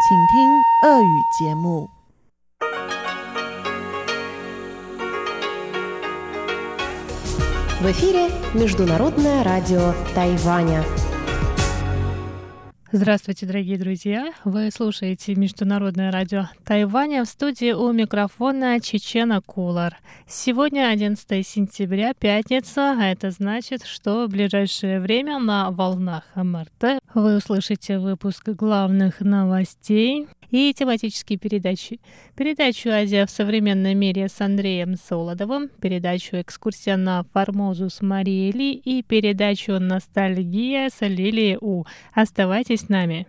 请听俄语节目。 В эфире Международное радио Тайваня. Здравствуйте, дорогие друзья! Вы слушаете Международное радио Тайваня. В студии у микрофона Чечена Кулар. Сегодня 11 сентября, пятница, а это значит, что в ближайшее время на волнах МРТ вы услышите выпуск главных новостей и тематические передачи. Передачу «Азия в современном мире» с Андреем Солодовым, передачу «Экскурсия на Формозу» с Марией Ли и передачу «Ностальгия» с Лилией У. Оставайтесь с нами.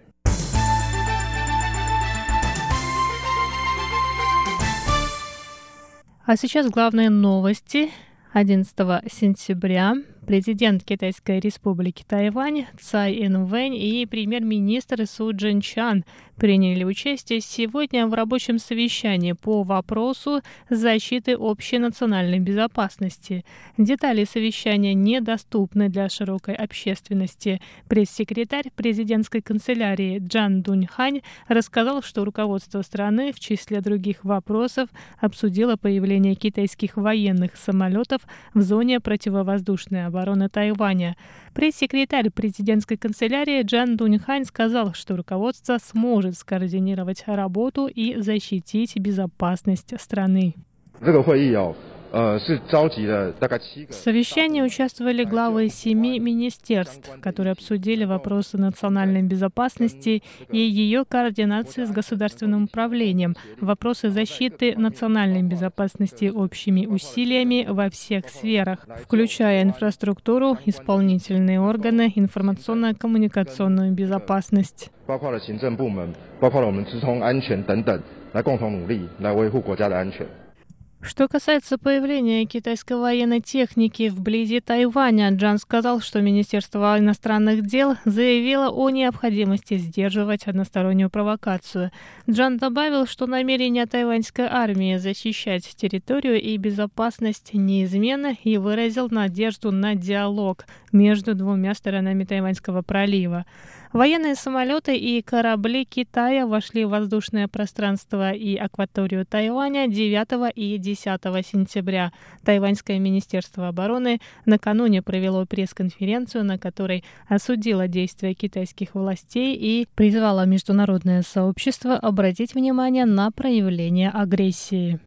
А сейчас главные новости. 11 сентября президент Китайской республики Тайвань Цай Инвэнь и премьер-министр Су Чжэнчан приняли участие сегодня в рабочем совещании по вопросу защиты общей национальной безопасности. Детали совещания недоступны для широкой общественности. Пресс-секретарь президентской канцелярии Джан Дуньхань рассказал, что руководство страны в числе других вопросов обсудило появление китайских военных самолетов в зоне противовоздушной обороны Тайваня. Пресс-секретарь президентской канцелярии Джан Дуньхань сказал, что руководство сможет скоординировать работу и защитить безопасность страны. В совещании участвовали главы 7 министерств, которые обсудили вопросы национальной безопасности и ее координации с государственным управлением, вопросы защиты национальной безопасности общими усилиями во всех сферах, включая инфраструктуру, исполнительные органы, информационно-коммуникационную безопасность. Что касается появления китайской военной техники вблизи Тайваня, Джан сказал, что Министерство иностранных дел заявило о необходимости сдерживать одностороннюю провокацию. Джан добавил, что намерение тайваньской армии защищать территорию и безопасность неизменны, и выразил надежду на диалог между двумя сторонами Тайваньского пролива. Военные самолеты и корабли Китая вошли в воздушное пространство и акваторию Тайваня 9 и 10 сентября. Тайваньское министерство обороны накануне провело пресс-конференцию, на которой осудило действия китайских властей и призвало международное сообщество обратить внимание на проявление агрессии.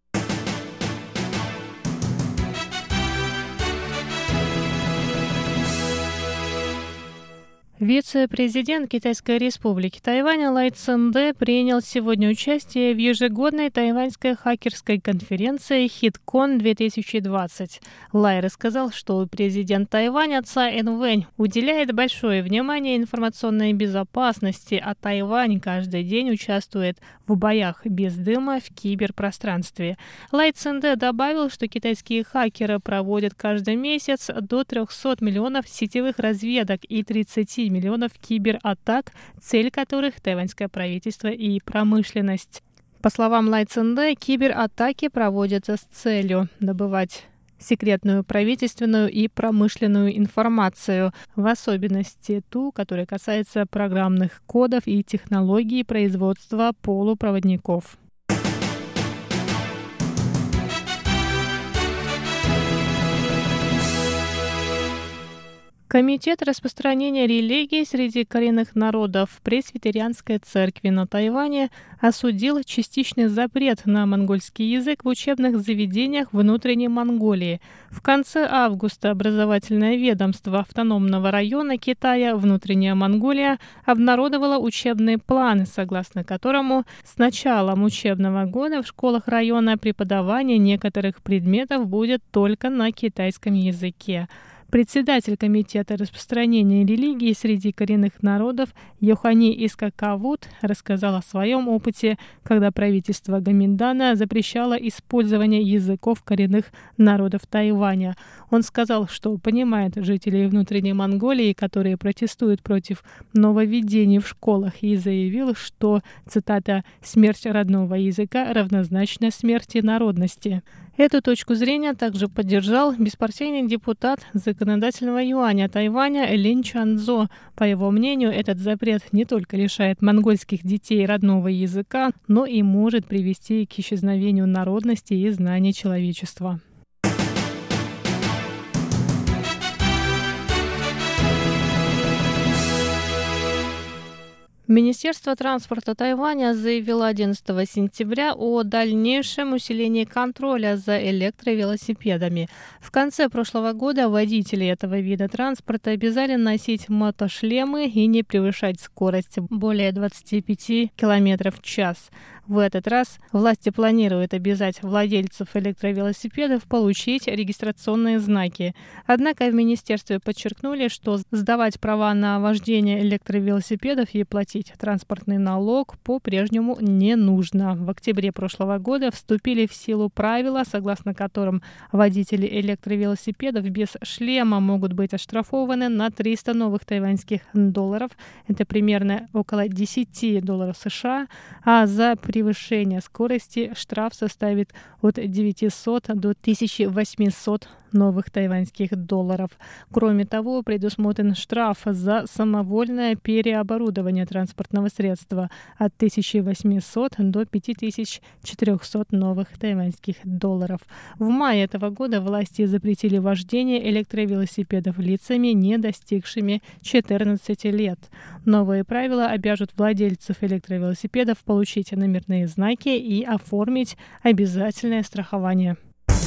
Вице-президент Китайской республики Тайвань Лай Цзиньде принял сегодня участие в ежегодной тайваньской хакерской конференции HitCon-2020. Лай рассказал, что президент Тайваня Цай Инвэнь уделяет большое внимание информационной безопасности, а Тайвань каждый день участвует в боях без дыма в киберпространстве. Лай Цзиньде добавил, что китайские хакеры проводят каждый месяц до 300 миллионов сетевых разведок и 30 миллионов кибератак, цель которых тайваньское правительство и промышленность. По словам Лай Цзиньде, кибератаки проводятся с целью добывать секретную правительственную и промышленную информацию, в особенности ту, которая касается программных кодов и технологий производства полупроводников. Комитет распространения религии среди коренных народов Пресвитерианской церкви на Тайване осудил частичный запрет на монгольский язык в учебных заведениях внутренней Монголии. В конце августа образовательное ведомство автономного района Китая «Внутренняя Монголия» обнародовало учебный план, согласно которому с началом учебного года в школах района преподавание некоторых предметов будет только на китайском языке. Председатель Комитета распространения религии среди коренных народов Йохани Искакавут рассказал о своем опыте, когда правительство Гоминдана запрещало использование языков коренных народов Тайваня. Он сказал, что понимает жителей внутренней Монголии, которые протестуют против нововведений в школах, и заявил, что, цитата, «смерть родного языка равнозначна смерти народности». Эту точку зрения также поддержал беспартийный депутат законодательного юаня Тайваня Лин Чанзо. По его мнению, этот запрет не только лишает монгольских детей родного языка, но и может привести к исчезновению народности и знаний человечества. Министерство транспорта Тайваня заявило 11 сентября о дальнейшем усилении контроля за электровелосипедами. В конце прошлого года водители этого вида транспорта обязали носить мотошлемы и не превышать скорость более 25 км в час. В этот раз власти планируют обязать владельцев электровелосипедов получить регистрационные знаки. Однако в министерстве подчеркнули, что сдавать права на вождение электровелосипедов и платить транспортный налог по-прежнему не нужно. В октябре прошлого года вступили в силу правила, согласно которым водители электровелосипедов без шлема могут быть оштрафованы на 300 новых тайваньских долларов. Это примерно около $10 США, а за превышение скорости штраф составит от 900 до 1800 новых тайваньских долларов. Кроме того, предусмотрен штраф за самовольное переоборудование транспортного средства от 1800 до 5400 новых тайваньских долларов. В мае этого года власти запретили вождение электровелосипедов лицами, не достигшими 14 лет. Новые правила обяжут владельцев электровелосипедов получить номерные знаки и оформить обязательное страхование.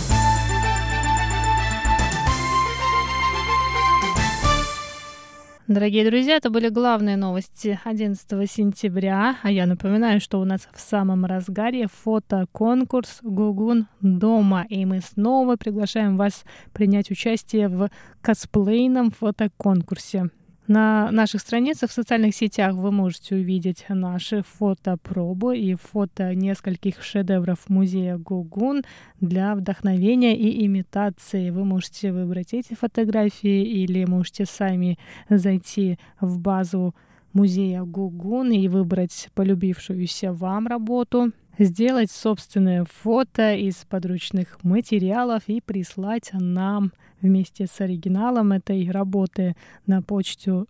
Дорогие друзья, это были главные новости 11 сентября. А я напоминаю, что у нас в самом разгаре фотоконкурс «Гугун дома». И мы снова приглашаем вас принять участие в косплейном фотоконкурсе. На наших страницах в социальных сетях вы можете увидеть наши фотопробы и фото нескольких шедевров музея Гугун для вдохновения и имитации. Вы можете выбрать эти фотографии или можете сами зайти в базу музея Гугун и выбрать полюбившуюся вам работу, сделать собственное фото из подручных материалов и прислать нам вместе с оригиналом этой работы на почту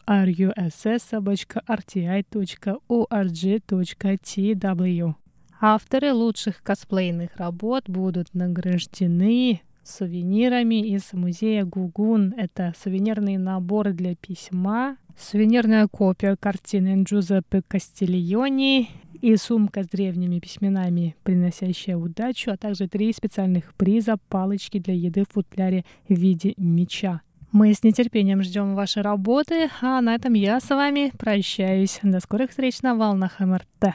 russ@rti.org.tw. Авторы лучших косплейных работ будут награждены сувенирами из музея Гугун. Это сувенирный набор для письма, сувенирная копия картины Джузеппе Кастильони и сумка с древними письменами, приносящая удачу, а также 3 специальных приза, палочки для еды в футляре в виде меча. Мы с нетерпением ждем вашей работы, а на этом я с вами прощаюсь. До скорых встреч на волнах МРТ.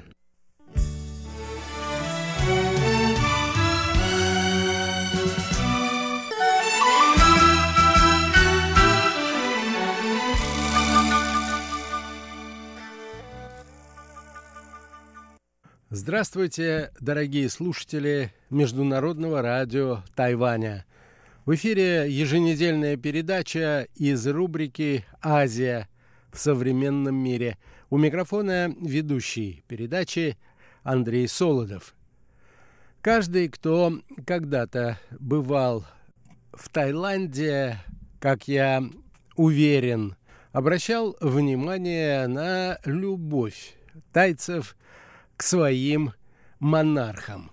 Здравствуйте, дорогие слушатели Международного радио Тайваня. В эфире еженедельная передача из рубрики «Азия в современном мире». У микрофона ведущий передачи Андрей Солодов. Каждый, кто когда-то бывал в Таиланде, как я уверен, обращал внимание на любовь тайцев к своим монархам.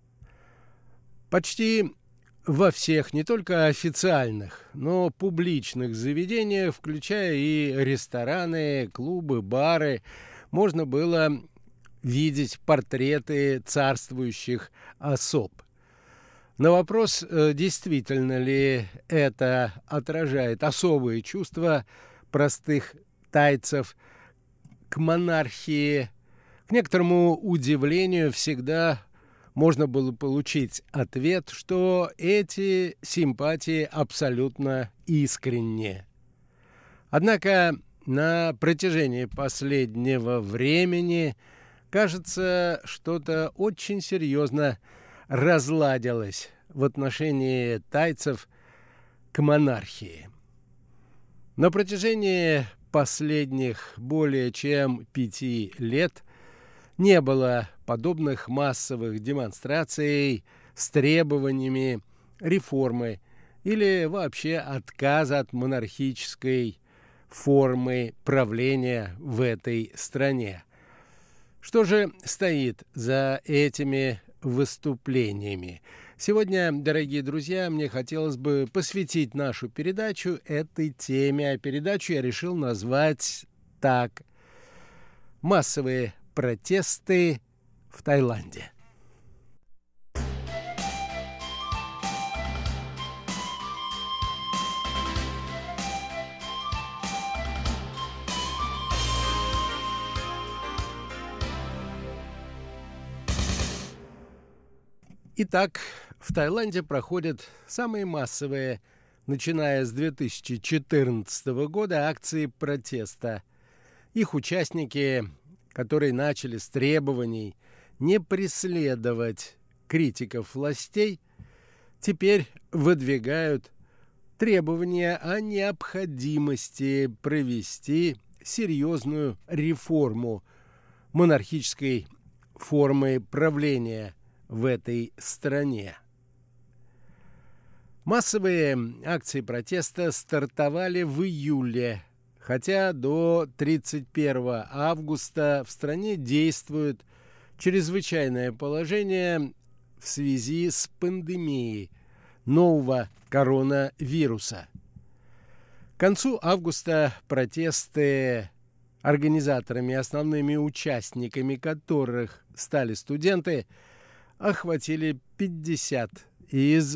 Почти во всех, не только официальных, но публичных заведениях, включая и рестораны, клубы, бары, можно было видеть портреты царствующих особ. На вопрос, действительно ли это отражает особые чувства простых тайцев к монархии, к некоторому удивлению всегда можно было получить ответ, что эти симпатии абсолютно искренние. Однако на протяжении последнего времени, кажется, что-то очень серьезно разладилось в отношении тайцев к монархии. На протяжении последних более чем 5 лет не было подобных массовых демонстраций с требованиями реформы или вообще отказа от монархической формы правления в этой стране. Что же стоит за этими выступлениями? Сегодня, дорогие друзья, мне хотелось бы посвятить нашу передачу этой теме. А передачу я решил назвать так: «Массовые протесты в Таиланде». Итак, в Таиланде проходят самые массовые, начиная с 2014 года, акции протеста. Их участники, которые начали с требований не преследовать критиков властей, теперь выдвигают требования о необходимости провести серьезную реформу монархической формы правления в этой стране. Массовые акции протеста стартовали в июле, хотя до 31 августа в стране действует чрезвычайное положение в связи с пандемией нового коронавируса. К концу августа протесты, организаторами и основными участниками которых стали студенты, охватили 50 из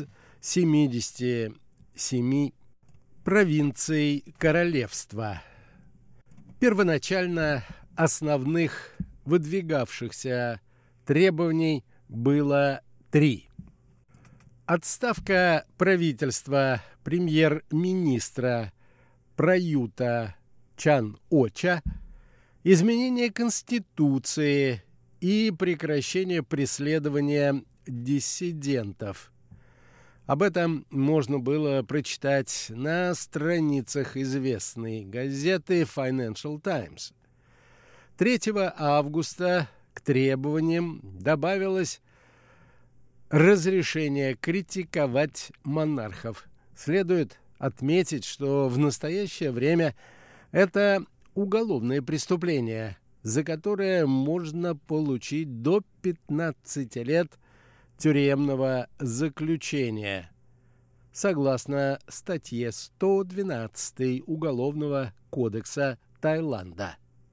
77 провинций королевства. Первоначально основных выдвигавшихся требований было 3. Отставка правительства премьер-министра Праюта Чан-Оча, изменение Конституции и прекращение преследования диссидентов. Об этом можно было прочитать на страницах известной газеты Financial Times. 3 августа к требованиям добавилось разрешение критиковать монархов. Следует отметить, что в настоящее время это уголовное преступление, за которое можно получить до 15 лет тюремного заключения, согласно статье 112 Уголовного кодекса Таиланда.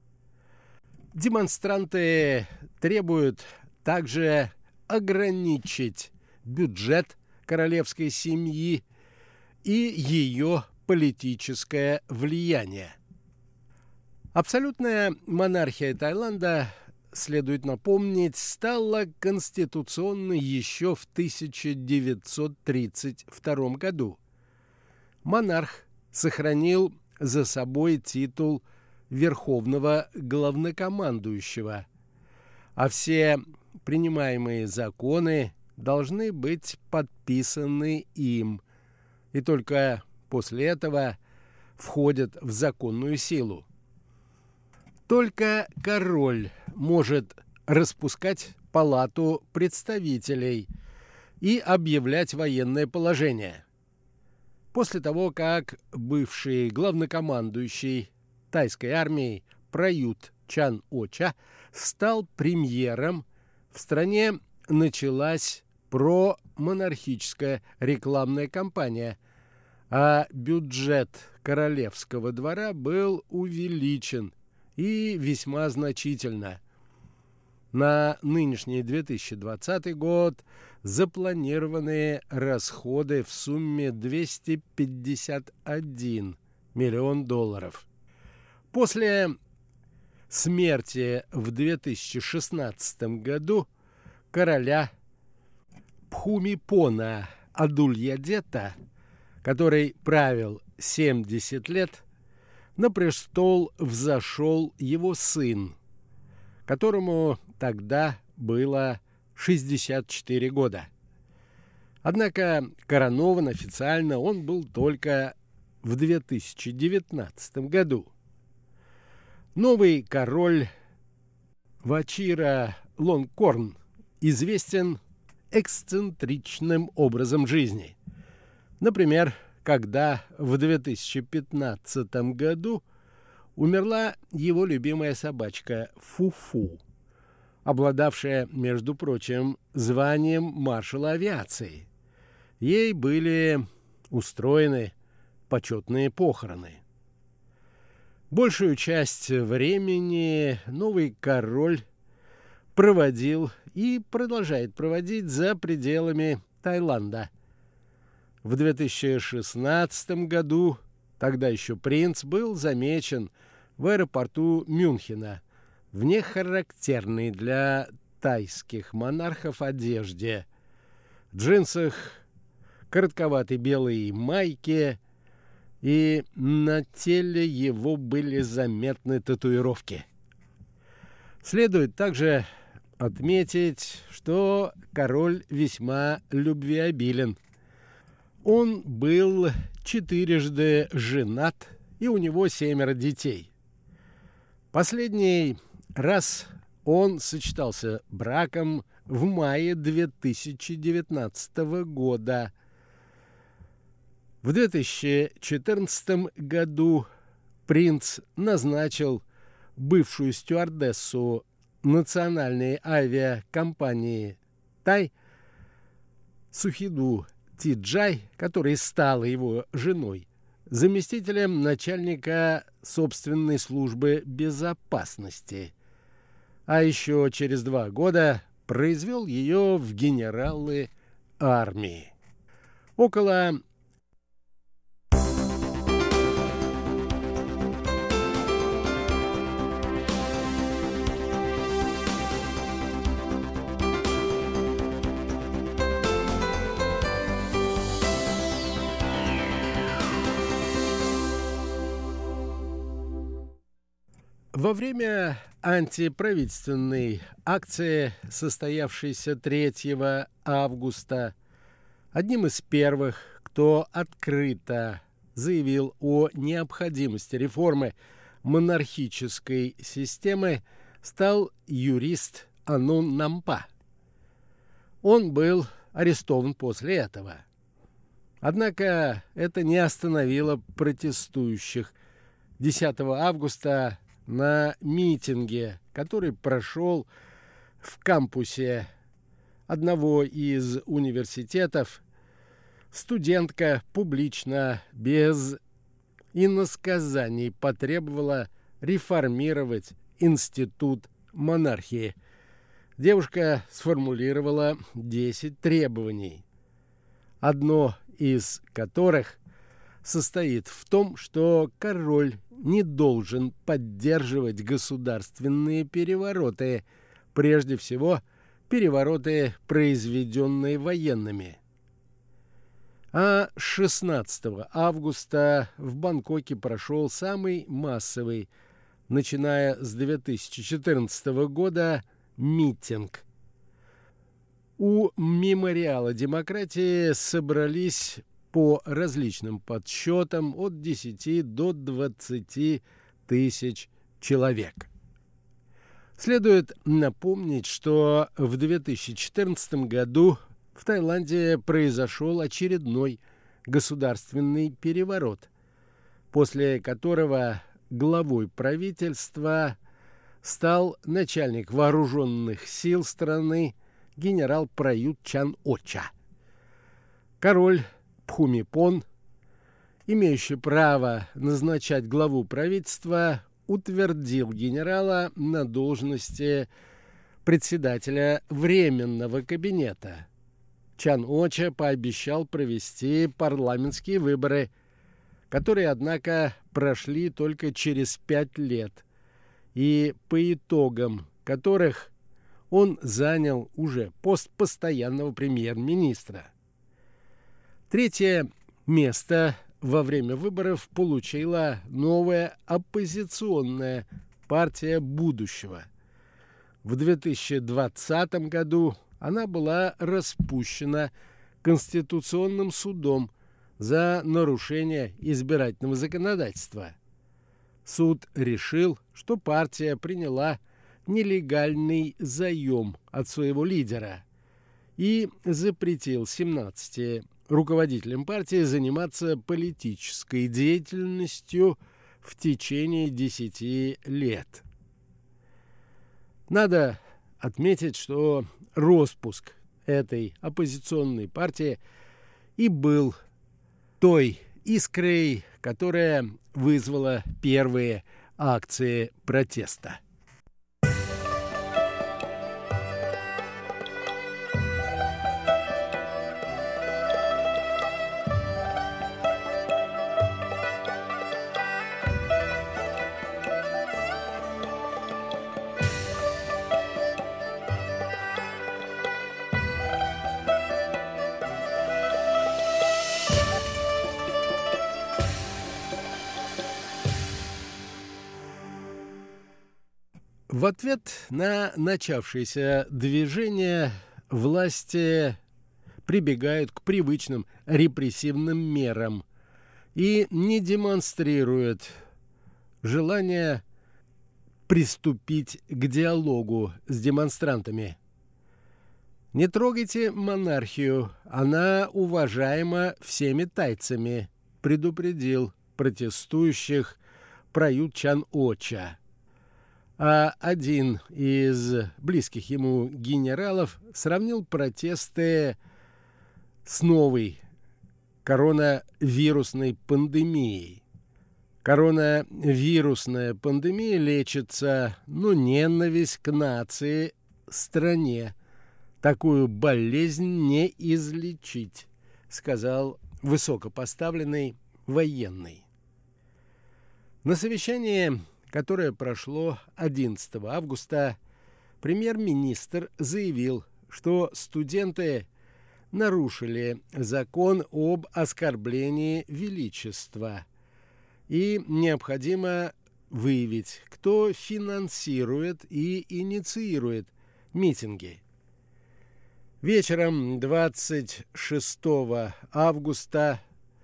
Демонстранты требуют также ограничить бюджет королевской семьи и ее политическое влияние. Абсолютная монархия Таиланда, следует напомнить, стала конституционной еще в 1932 году. Монарх сохранил за собой титул верховного главнокомандующего, а все принимаемые законы должны быть подписаны им, и только после этого входят в законную силу. Только король может распускать палату представителей и объявлять военное положение. После того, как бывший главнокомандующий тайской армией Прают Чан-Оча стал премьером, в стране началась промонархическая рекламная кампания, а бюджет королевского двора был увеличен и весьма значительно. На нынешний 2020 год запланированы расходы в сумме $251 миллион. После смерти в 2016 году короля Пхумипона Адульядета, который правил 70 лет, на престол взошел его сын, которому тогда было 64 года. Однако коронован официально он был только в 2019 году. Новый король Вачира Лонгкорн известен эксцентричным образом жизни. Например, когда в 2015 году умерла его любимая собачка Фу-Фу, обладавшая, между прочим, званием маршала авиации. Ей были устроены почетные похороны. Большую часть времени новый король проводил и продолжает проводить за пределами Таиланда. В 2016 году тогда еще принц был замечен в аэропорту Мюнхена в нехарактерной для тайских монархов одежде, джинсах, коротковатой белой майке, и на теле его были заметны татуировки. Следует также отметить, что король весьма любвеобилен. Он был 4 женат, и у него 7 детей. Последний раз он сочетался браком в мае 2019 года. В 2014 году принц назначил бывшую стюардессу национальной авиакомпании «Тай» Сухиду Тиджай, которая стала его женой, заместителем начальника собственной службы безопасности, а еще через 2 года произвел ее в генералы армии. Около Во время антиправительственной акции, состоявшейся 3 августа, одним из первых, кто открыто заявил о необходимости реформы монархической системы, стал юрист Анун Нампа. Он был арестован после этого. Однако это не остановило протестующих 10 августа на митинге, который прошел в кампусе одного из университетов. Студентка публично, без иносказаний, потребовала реформировать институт монархии. Девушка сформулировала 10 требований, одно из которых состоит в том, что король не должен поддерживать государственные перевороты, прежде всего перевороты, произведенные военными. А 16 августа в Бангкоке прошел самый массовый, начиная с 2014 года, митинг. У мемориала демократии собрались по различным подсчетам от 10 до 20 тысяч человек. Следует напомнить, что в 2014 году в Таиланде произошел очередной государственный переворот, после которого главой правительства стал начальник вооруженных сил страны генерал Прают Чан-Оча. Король Пхумипон, имеющий право назначать главу правительства, утвердил генерала на должности председателя Временного кабинета. Чан-Оча пообещал провести парламентские выборы, которые, однако, прошли только через 5 лет, и по итогам которых он занял уже пост постоянного премьер-министра. 3-е место во время выборов получила новая оппозиционная партия будущего. В 2020 году она была распущена Конституционным судом за нарушение избирательного законодательства. Суд решил, что партия приняла нелегальный заем от своего лидера и запретил 17 руководителям партии заниматься политической деятельностью в течение 10 лет. Надо отметить, что распуск этой оппозиционной партии и был той искрой, которая вызвала первые акции протеста. В ответ на начавшееся движение власти прибегают к привычным репрессивным мерам и не демонстрируют желания приступить к диалогу с демонстрантами. «Не трогайте монархию, она уважаема всеми тайцами», предупредил протестующих Прают Чан-Оча. А один из близких ему генералов сравнил протесты с новой коронавирусной пандемией. Коронавирусная пандемия лечится, но ненависть к нации, стране. Такую болезнь не излечить, сказал высокопоставленный военный. На совещании, которое прошло 11 августа, премьер-министр заявил, что студенты нарушили закон об оскорблении величества и необходимо выявить, кто финансирует и инициирует митинги. Вечером 26 августа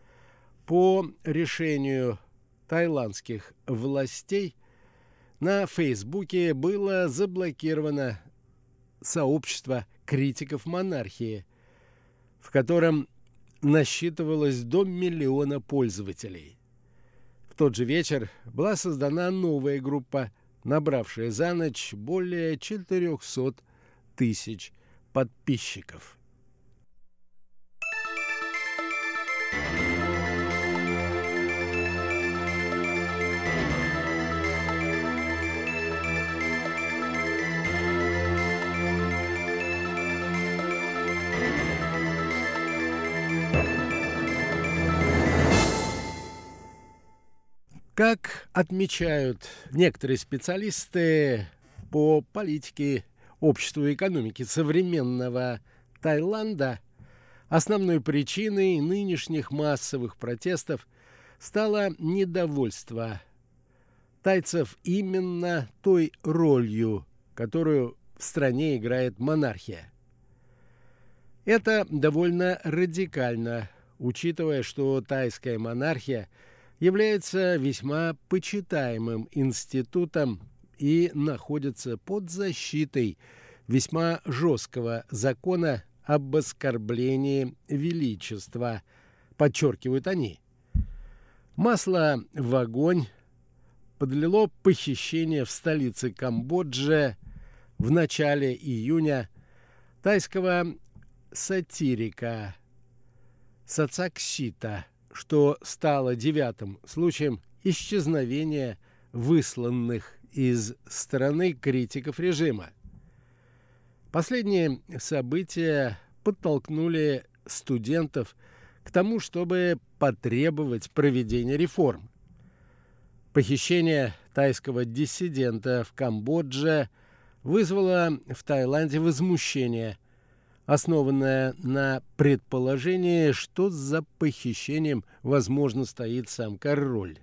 по решению таиландских властей на Фейсбуке было заблокировано сообщество критиков монархии, в котором насчитывалось до 1 миллиона пользователей. В тот же вечер была создана новая группа, набравшая за ночь более 400 тысяч подписчиков. Как отмечают некоторые специалисты по политике, обществу и экономике современного Таиланда, основной причиной нынешних массовых протестов стало недовольство тайцев именно той ролью, которую в стране играет монархия. Это довольно радикально, учитывая, что тайская монархия является весьма почитаемым институтом и находится под защитой весьма жесткого закона об оскорблении величества, подчеркивают они. Масло в огонь подлило похищение в столице Камбоджи в начале июня тайского сатирика Сацаксита, что стало 9-м случаем исчезновения высланных из страны критиков режима. Последние события подтолкнули студентов к тому, чтобы потребовать проведения реформ. Похищение тайского диссидента в Камбодже вызвало в Таиланде возмущение, основанное на предположении, что за похищением, возможно, стоит сам король.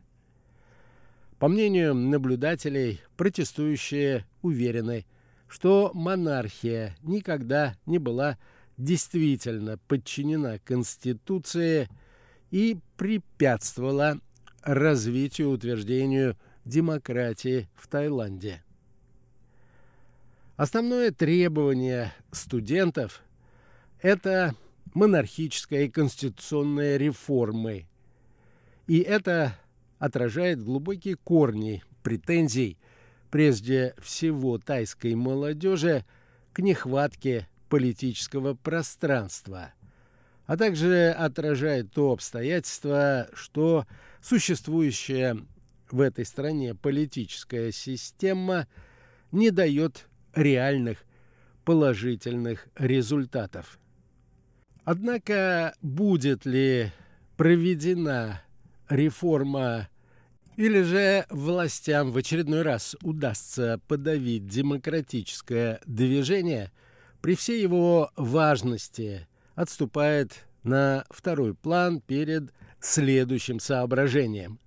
По мнению наблюдателей, протестующие уверены, что монархия никогда не была действительно подчинена Конституции и препятствовала развитию и утверждению демократии в Таиланде. Основное требование студентов это монархическая и конституционная реформы. И это отражает глубокие корни претензий, прежде всего тайской молодежи, к нехватке политического пространства, а также отражает то обстоятельство, что существующая в этой стране политическая система не дает реальных положительных результатов. Однако будет ли проведена реформа или же властям в очередной раз удастся подавить демократическое движение, при всей его важности отступает на второй план перед следующим соображением.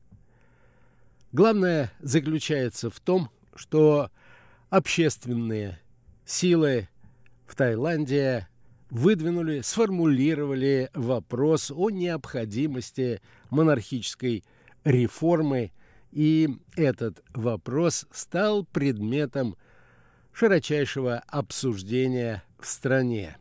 Главное заключается в том, что общественные силы в Таиланде сформулировали вопрос о необходимости монархической реформы, и этот вопрос стал предметом широчайшего обсуждения в стране.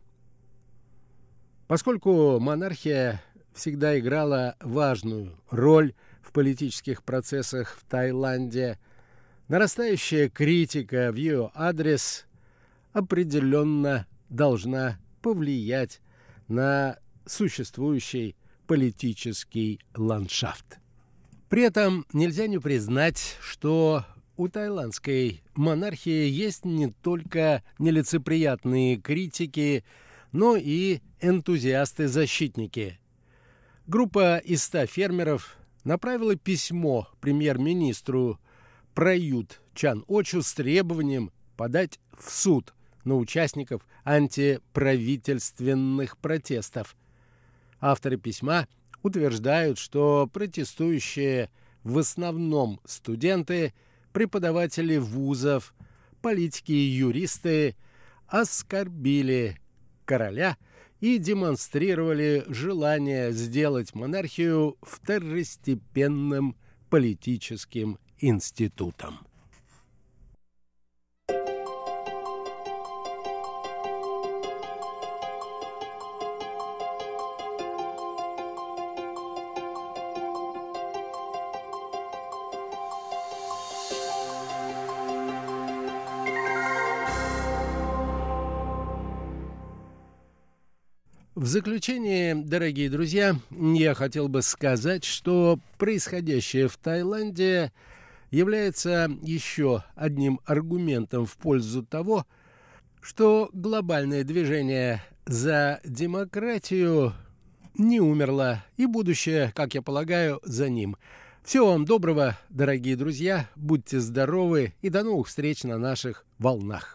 Поскольку монархия всегда играла важную роль в политических процессах в Таиланде, нарастающая критика в ее адрес определенно должна повлиять на существующий политический ландшафт. При этом нельзя не признать, что у тайландской монархии есть не только нелицеприятные критики, но и энтузиасты-защитники. Группа из 100 фермеров направила письмо премьер-министру Прают Чан-Очу с требованием подать в суд на участников антиправительственных протестов. Авторы письма утверждают, что протестующие в основном студенты, преподаватели вузов, политики и юристы оскорбили короля и демонстрировали желание сделать монархию второстепенным политическим институтом. В заключение, дорогие друзья, я хотел бы сказать, что происходящее в Таиланде является еще одним аргументом в пользу того, что глобальное движение за демократию не умерло, и будущее, как я полагаю, за ним. Всего вам доброго, дорогие друзья, будьте здоровы и до новых встреч на наших волнах.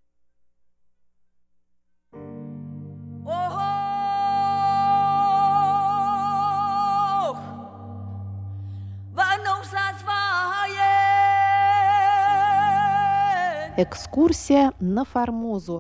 Экскурсия на Формозу.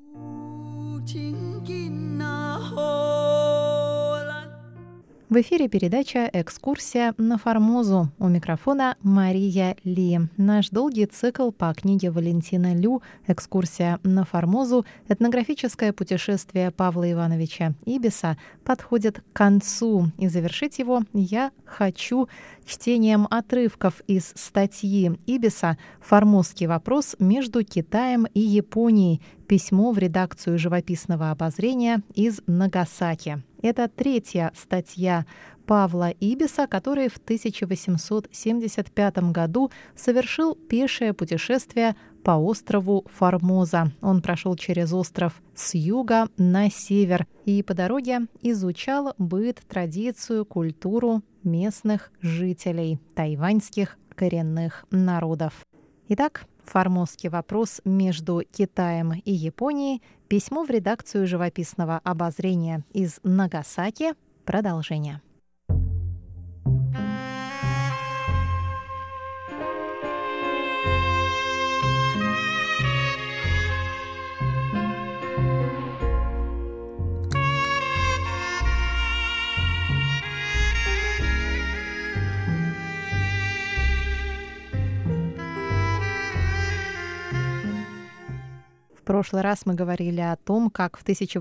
В эфире передача «Экскурсия на Формозу». У микрофона Мария Ли. Наш долгий цикл по книге Валентина Лю «Экскурсия на Формозу. Этнографическое путешествие Павла Ивановича Ибиса» подходит к концу. И завершить его я хочу чтением отрывков из статьи Ибиса «Формозский вопрос между Китаем и Японией. Письмо в редакцию живописного обозрения из Нагасаки». Это третья статья Павла Ибиса, который в 1875 году совершил пешее путешествие по острову Формоза. Он прошел через остров с юга на север и по дороге изучал быт, традицию, культуру местных жителей, тайваньских коренных народов. Итак, формозский вопрос между Китаем и Японией. Письмо в редакцию живописного обозрения из Нагасаки. Продолжение. В В прошлый раз мы говорили о том, как в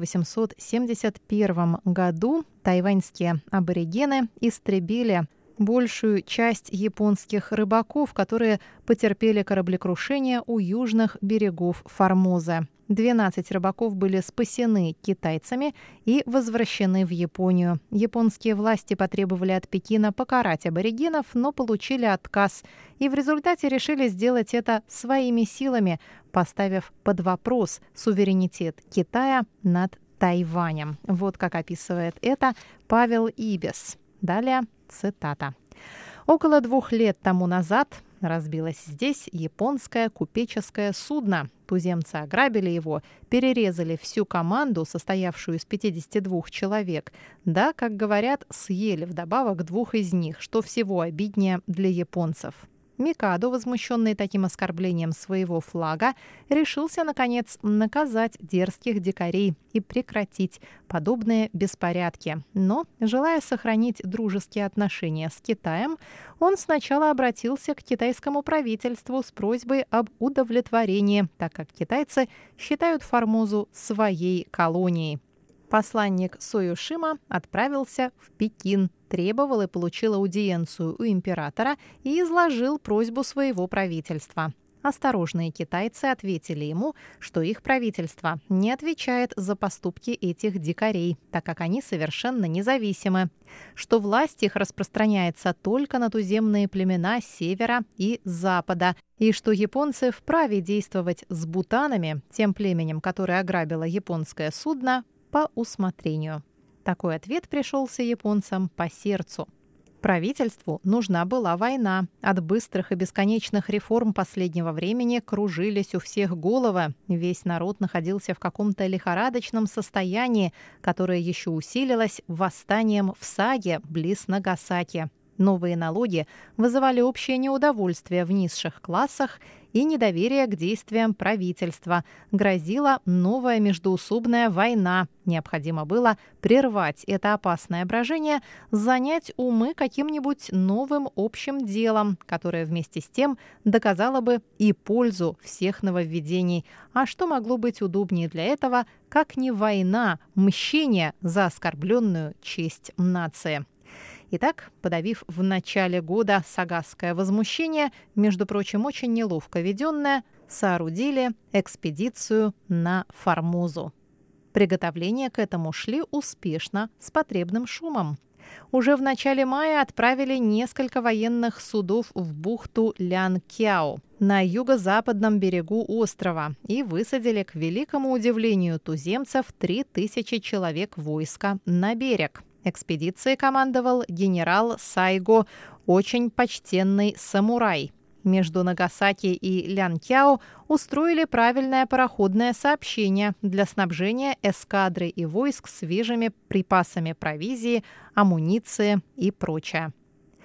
1871 году тайваньские аборигены истребили большую часть японских рыбаков, которые потерпели кораблекрушение у южных берегов Формозы. 12 рыбаков были спасены китайцами и возвращены в Японию. Японские власти потребовали от Пекина покарать аборигенов, но получили отказ. И в результате решили сделать это своими силами, поставив под вопрос суверенитет Китая над Тайванем. Вот как описывает это Павел Ибис. Далее цитата. «Около 2 лет тому назад разбилось здесь японское купеческое судно. Туземцы ограбили его, перерезали всю команду, состоявшую из 52 человек. Да, как говорят, съели вдобавок 2 из них, что всего обиднее для японцев. Микадо, возмущенный таким оскорблением своего флага, решился, наконец, наказать дерзких дикарей и прекратить подобные беспорядки. Но, желая сохранить дружеские отношения с Китаем, он сначала обратился к китайскому правительству с просьбой об удовлетворении, так как китайцы считают Формозу своей колонией. Посланник Союшима отправился в Пекин, требовал и получил аудиенцию у императора и изложил просьбу своего правительства. Осторожные китайцы ответили ему, что их правительство не отвечает за поступки этих дикарей, так как они совершенно независимы, что власть их распространяется только на туземные племена севера и запада, и что японцы вправе действовать с бутанами, тем племенем, которое ограбило японское судно, по усмотрению. Такой ответ пришелся японцам по сердцу. Правительству нужна была война. От быстрых и бесконечных реформ последнего времени кружились у всех головы. Весь народ находился в каком-то лихорадочном состоянии, которое еще усилилось восстанием в Саге близ Нагасаки. Новые налоги вызывали общее неудовольствие в низших классах и недоверие к действиям правительства. Грозила новая междоусобная война. Необходимо было прервать это опасное брожение, занять умы каким-нибудь новым общим делом, которое вместе с тем доказало бы и пользу всех нововведений. А что могло быть удобнее для этого, как не война, мщение за оскорбленную честь нации? Итак, подавив в начале года сагасское возмущение, между прочим, очень неловко веденное, соорудили экспедицию на Формозу. Приготовления к этому шли успешно, с потребным шумом. Уже в начале мая отправили несколько военных судов в бухту Лянкяо на юго-западном берегу острова и высадили, к великому удивлению туземцев, 3000 человек войска на берег. Экспедицией командовал генерал Сайго, очень почтенный самурай. Между Нагасаки и Лянкяо устроили правильное пароходное сообщение для снабжения эскадры и войск свежими припасами провизии, амуниции и прочее.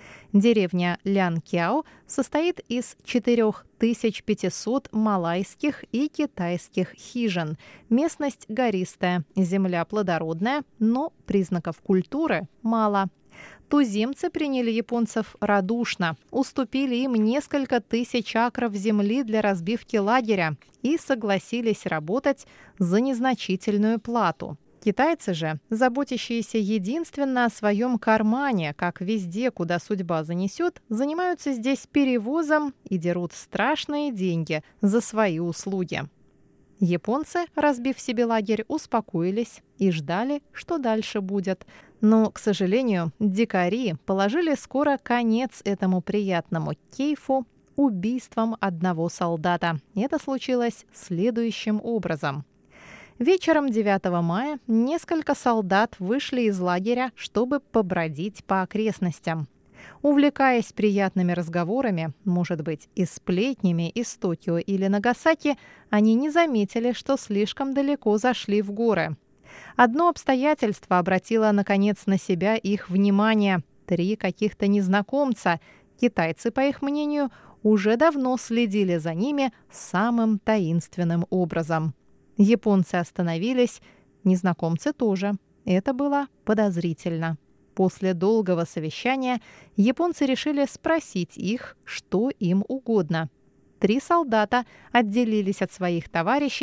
Деревня Лянкяо состоит из 4500 малайских и китайских хижин. Местность гористая, земля плодородная, но признаков культуры мало. Туземцы приняли японцев радушно, уступили им несколько тысяч акров земли для разбивки лагеря и согласились работать за незначительную плату. Китайцы же, заботящиеся единственно о своем кармане, как везде, куда судьба занесет, занимаются здесь перевозом и дерут страшные деньги за свои услуги. Японцы, разбив себе лагерь, успокоились и ждали, что дальше будет. Но, к сожалению, дикари положили скоро конец этому приятному кейфу убийством одного солдата. Это случилось следующим образом. Вечером 9 мая несколько солдат вышли из лагеря, чтобы побродить по окрестностям. Увлекаясь приятными разговорами, может быть, и сплетнями из Токио или Нагасаки, они не заметили, что слишком далеко зашли в горы. Одно обстоятельство обратило, наконец, на себя их внимание. 3 каких-то незнакомца, китайцы, по их мнению, уже давно следили за ними самым таинственным образом. Японцы остановились, незнакомцы тоже. Это было подозрительно. После долгого совещания японцы решили спросить их, что им угодно. 3 солдата отделились от своих товарищей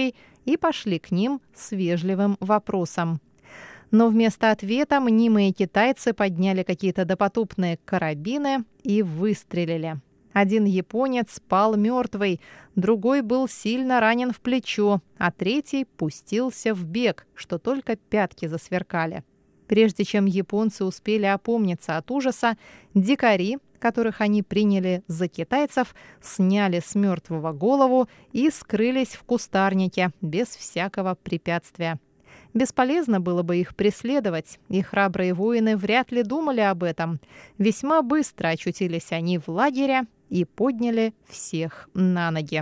и пошли к ним с вежливым вопросом. Но вместо ответа мнимые китайцы подняли какие-то допотопные карабины и выстрелили. Один японец пал мертвый, другой был сильно ранен в плечо, а третий пустился в бег, что только пятки засверкали. Прежде чем японцы успели опомниться от ужаса, дикари, которых они приняли за китайцев, сняли с мертвого голову и скрылись в кустарнике без всякого препятствия. Бесполезно было бы их преследовать, и храбрые воины вряд ли думали об этом. Весьма быстро очутились они в лагере и подняли всех на ноги.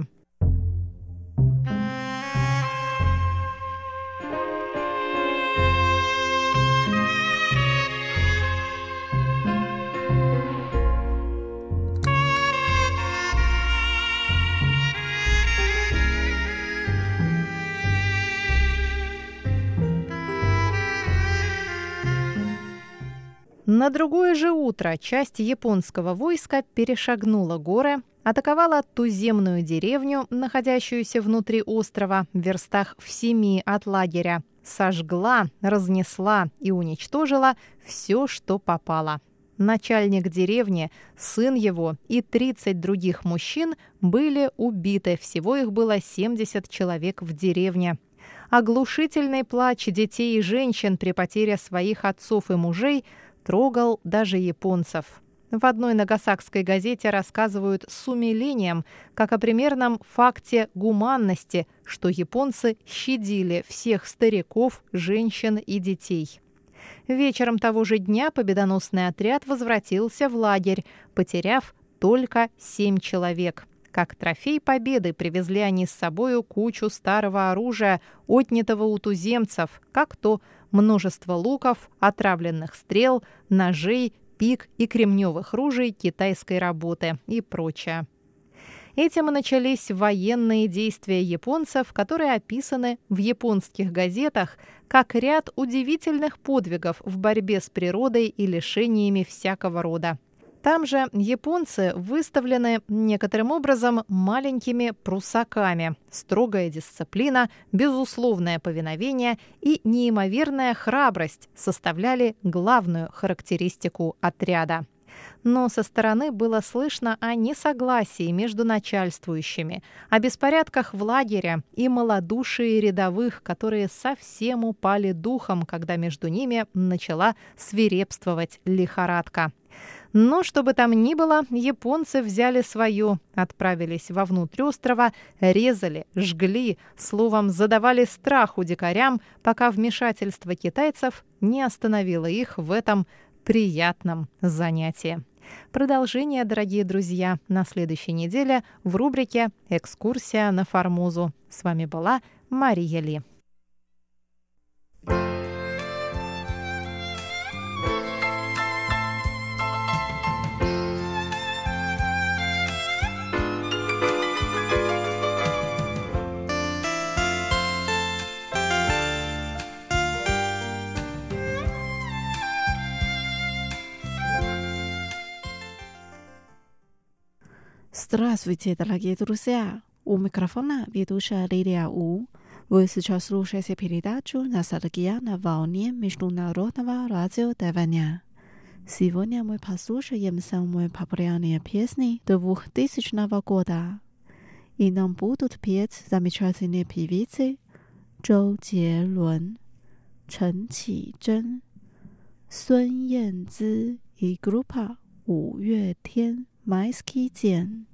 На другое же утро часть японского войска перешагнула горы, атаковала туземную деревню, находящуюся внутри острова, в верстах в 7 от лагеря, сожгла, разнесла и уничтожила все, что попало. Начальник деревни, сын его и 30 других мужчин были убиты, всего их было 70 человек в деревне. Оглушительный плач детей и женщин при потере своих отцов и мужей трогал даже японцев. В одной нагасакской газете рассказывают с умилением, как о примерном факте гуманности, что японцы щадили всех стариков, женщин и детей. Вечером того же дня победоносный отряд возвратился в лагерь, потеряв только 7 человек. Как трофей победы привезли они с собою кучу старого оружия, отнятого у туземцев, как то множество луков, отравленных стрел, ножей, пик и кремневых ружей китайской работы и прочее. Этим и начались военные действия японцев, которые описаны в японских газетах как ряд удивительных подвигов в борьбе с природой и лишениями всякого рода. Там же японцы выставлены некоторым образом маленькими прусаками. Строгая дисциплина, безусловное повиновение и неимоверная храбрость составляли главную характеристику отряда. Но со стороны было слышно о несогласии между начальствующими, о беспорядках в лагере и малодушии рядовых, которые совсем упали духом, когда между ними начала свирепствовать лихорадка. Но, что бы там ни было, японцы взяли свое, отправились вовнутрь острова, резали, жгли, словом, задавали страху дикарям, пока вмешательство китайцев не остановило их в этом приятном занятии. Продолжение, дорогие друзья, на следующей неделе в рубрике «Экскурсия на Формозу». С вами была Мария Ли. Здравствуйте, дорогие друзья! У микрофона ведущая Лилия У. Вы сейчас слушаете передачу «Ностальгия на волне Международного радио Тайваня». Сегодня мы послушаем самые популярные песни 2000 года. И нам будут петь замечательные певицы Чжоу Джелун, Чен Qizhen, Sun Yanzi и группа 五月天 Майский день.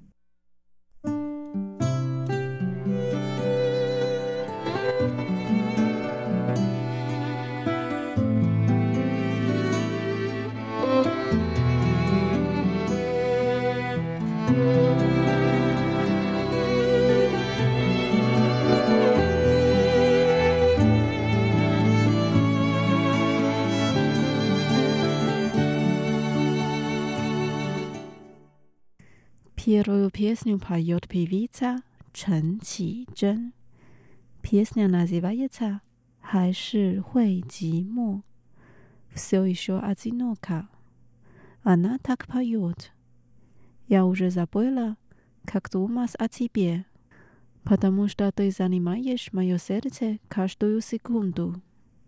Первую песню поет певица Чен Qizhen. Песня называется «还是会寂寞». Все еще одиноко. Она так поет. Я уже забыла, как думать о тебе. потому что ты занимаешь мое сердце каждую секунду.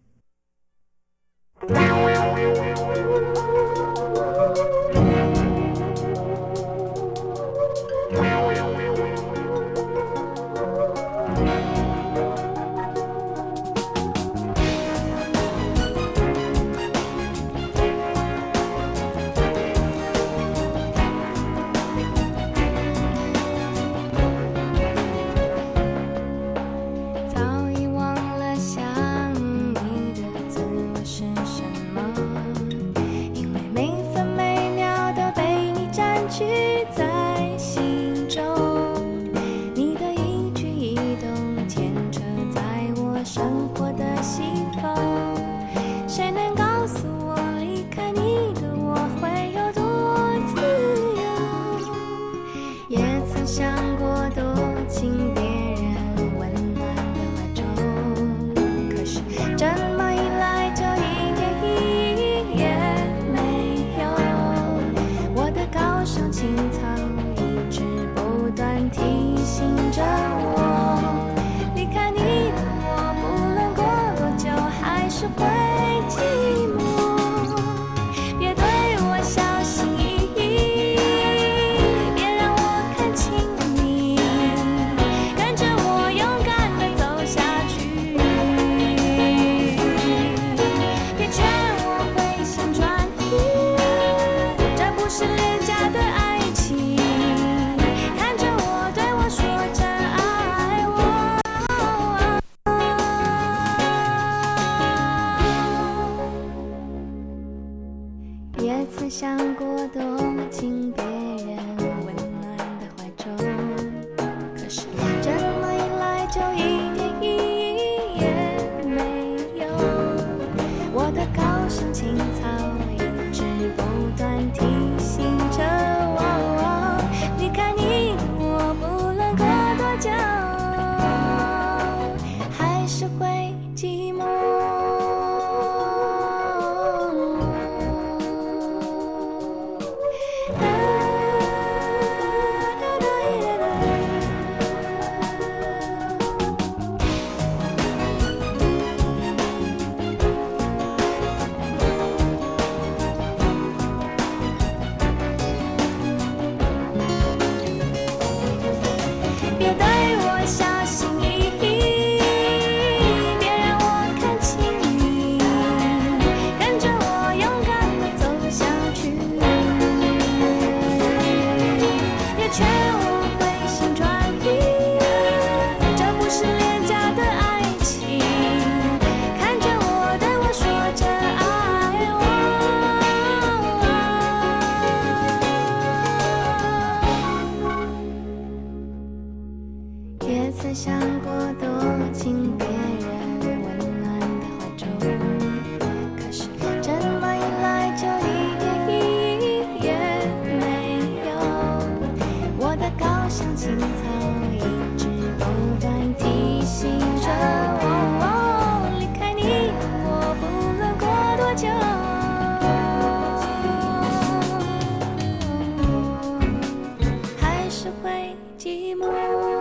想过躲进别人温暖的怀中，可是这么一来就一点意义也没有。我的高尚青草一直不断提醒着我，离开你的我不论过多久还是会寂寞。也曾想过躲进别人温暖的怀中，可是这么一来就一点意义也没有。我的高尚青草一直不断提醒着我，离开你的我不论过多久还是会寂寞。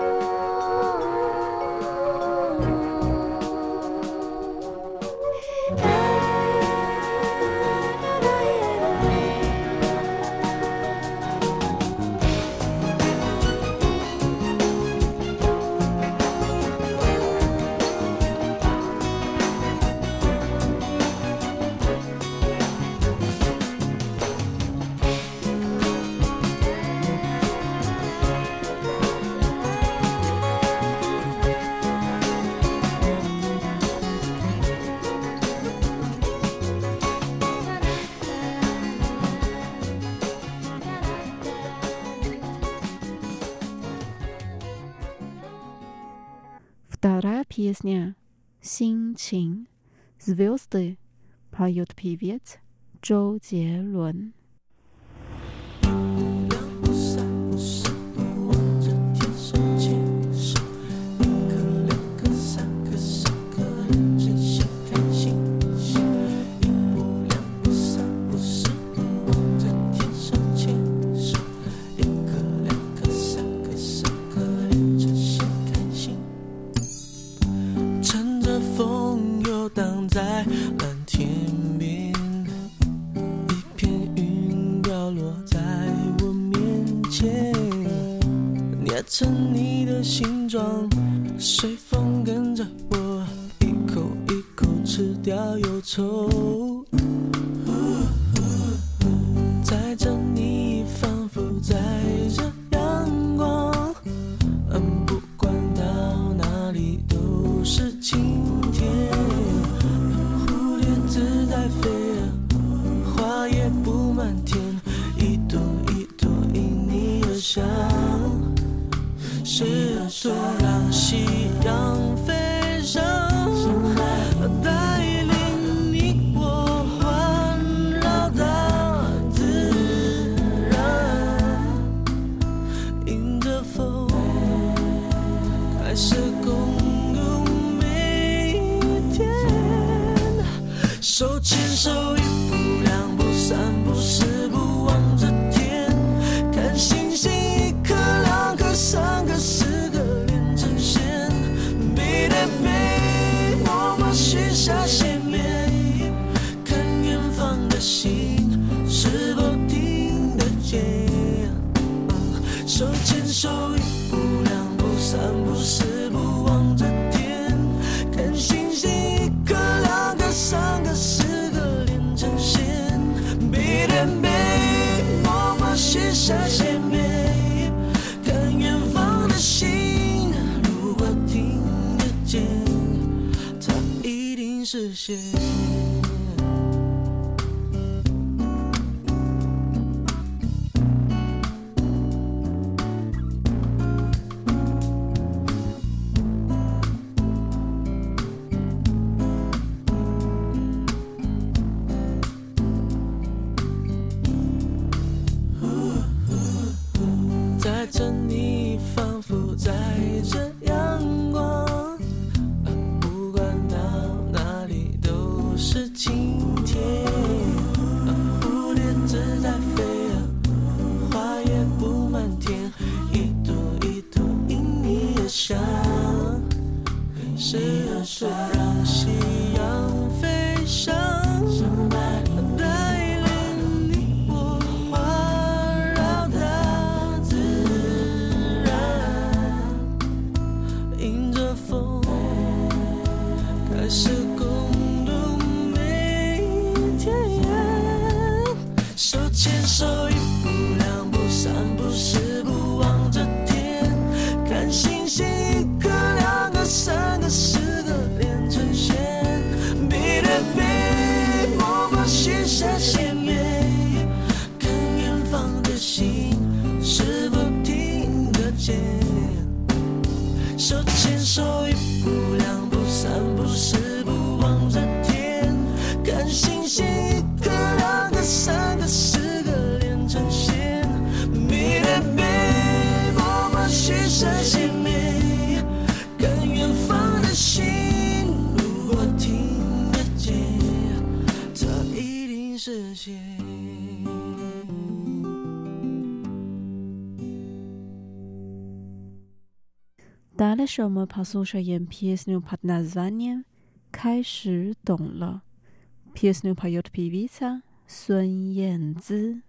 Вторая песня «心情» «Звезды» поет певец Чжоу Jie-лун. 在蓝天边，一片云掉落在我面前，捏成你的形状，随风跟着我一口一口吃掉忧愁，载着你仿佛载着阳光，不管到哪里都是晴天，蝴蝶自在飞，花也布满天，一朵一朵因你而香，是多让夕阳飞上，带领你我环绕大自然，迎着风开始共度每一天，手牵手一步两步三步四步望着天，看星星一颗两颗三颗四个连成线，背对背默默许下心愿，看远方的星是否听得见，手牵手一步两步三步四步望着天，看星星一颗两颗三颗四个连成线，背对背默默许下心愿，看远方的星如果听得见，它一定实现。载着你仿佛载着阳光，不管到哪里都是晴天，蝴蝶自在飞，花也布满天，一朵一朵因你而香，是多让夕阳飞上，带领你我环绕大自然，迎着风开始共度每一天，手牵手一步两步三步四步望着天，看星星一颗两颗三个四个连成线，背对背默默许下心愿，看远方的星是否听得见，手牵手一步两步三步四步望着天，看星星一颗两颗三个四个连成线，背对背默默许下心愿，看远方的星如果听得见，它一定实现。 Дальше мы послушаем песню под названием «开始懂了». Песню поет певица Сун Янцзы.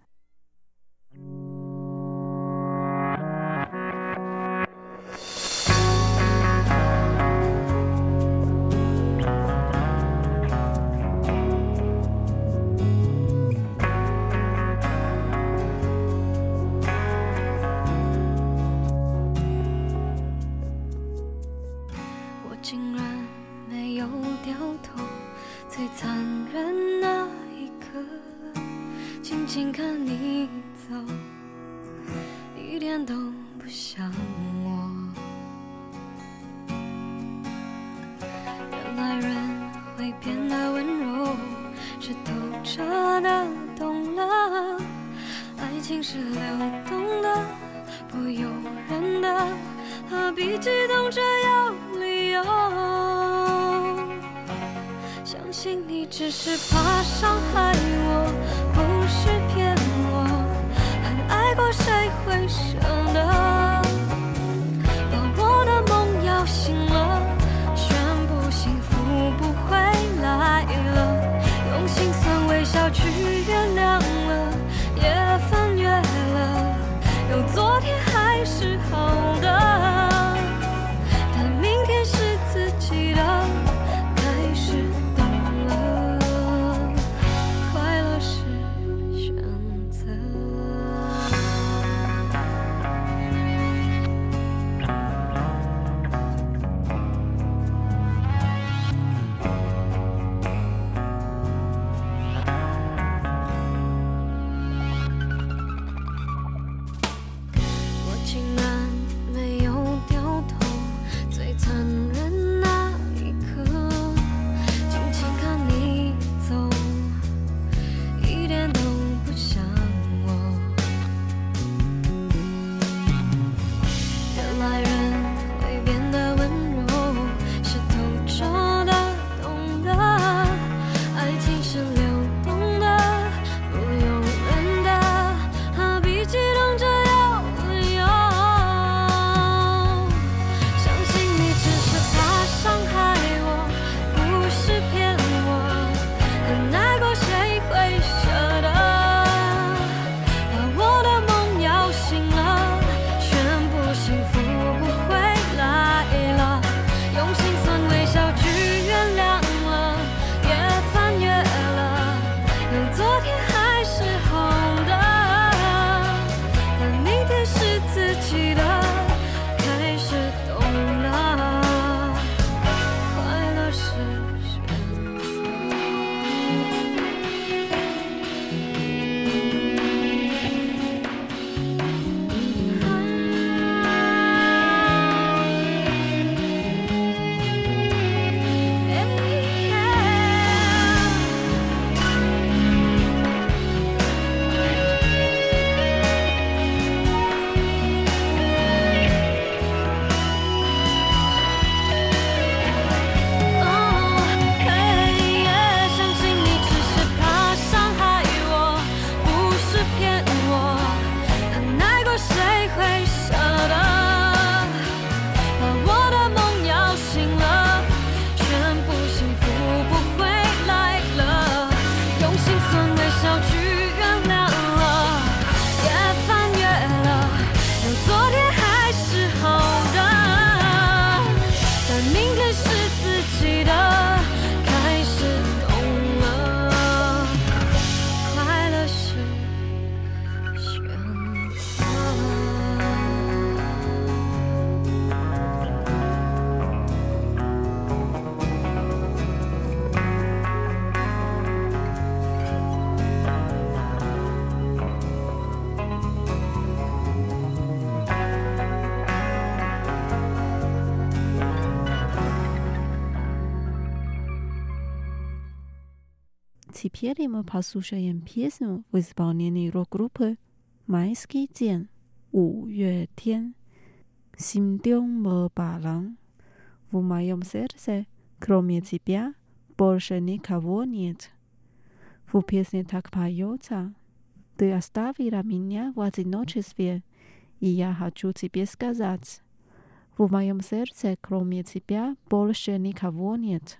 Теперь мы послушаем песню в исполнении рок-группы «Майский день», 5月天, 心中无别人. В моем сердце, кроме тебя, больше никого нет. В песне так поется: ты оставила меня в одиночестве, и я хочу тебе сказать: в моем сердце, кроме тебя, больше никого нет.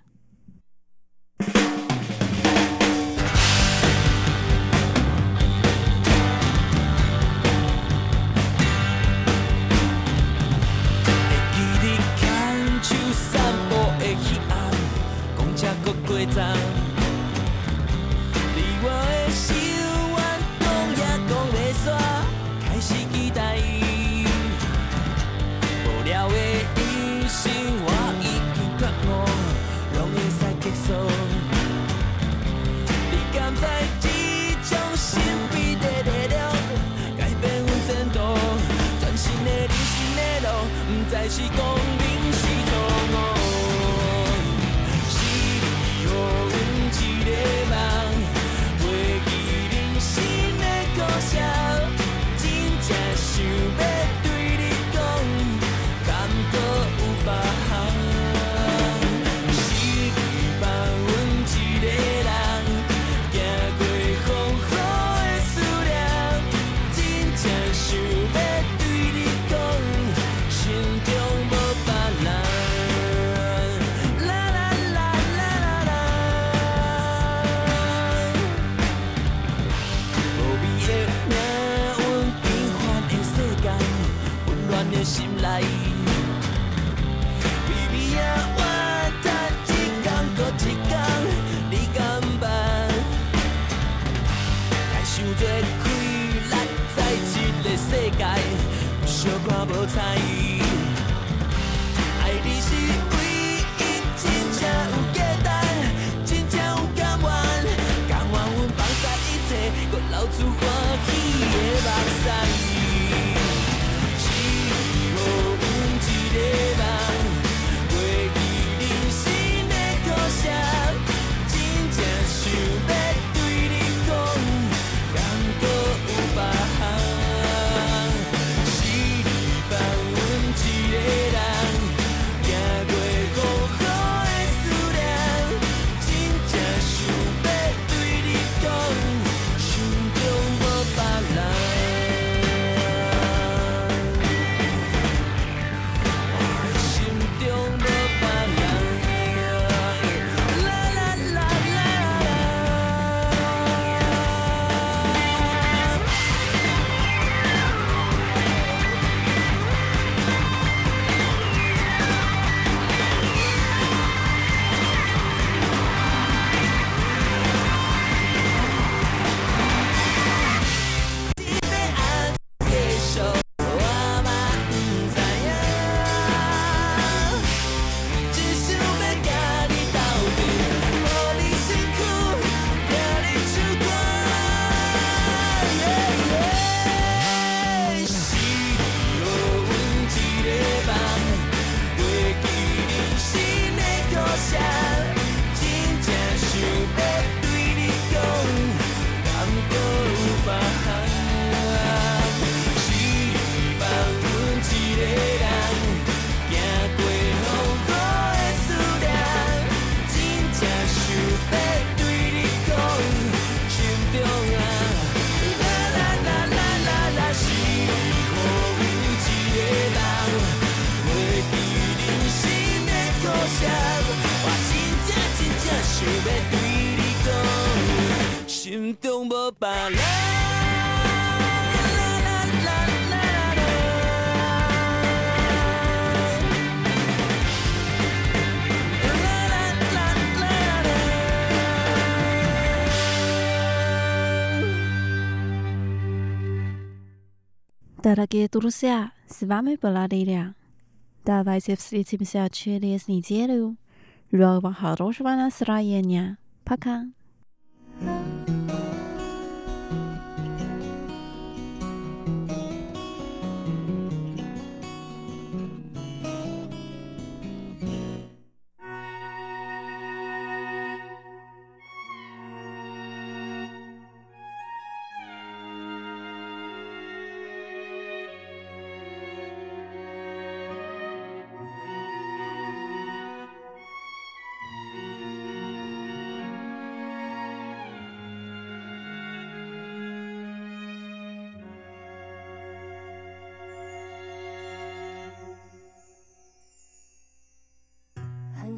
Дорогие друзья, с вами была Лилия. Давайте встретимся через неделю. Желаю вам хорошего настроения. Пока.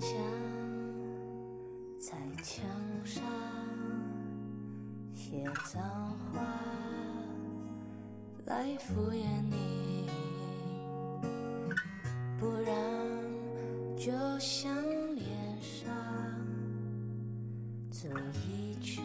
想在墙上写脏话来敷衍你，不然就像脸上走一圈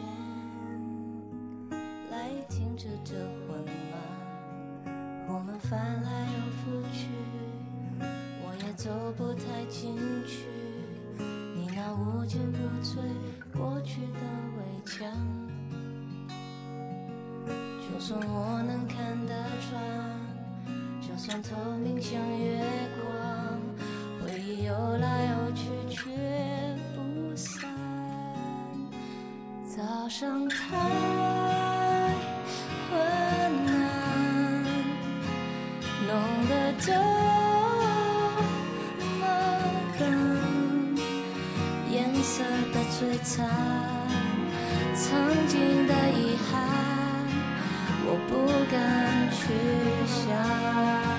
来停止这混乱，我们翻来又覆去，我也走不太进去你那无坚不摧过去的围墙，就算我能看得穿，就算透明像月光，回忆游来游去却不散，早上太昏暗，弄得这么淡，颜色的摧残，曾经的遗憾，我不敢去想。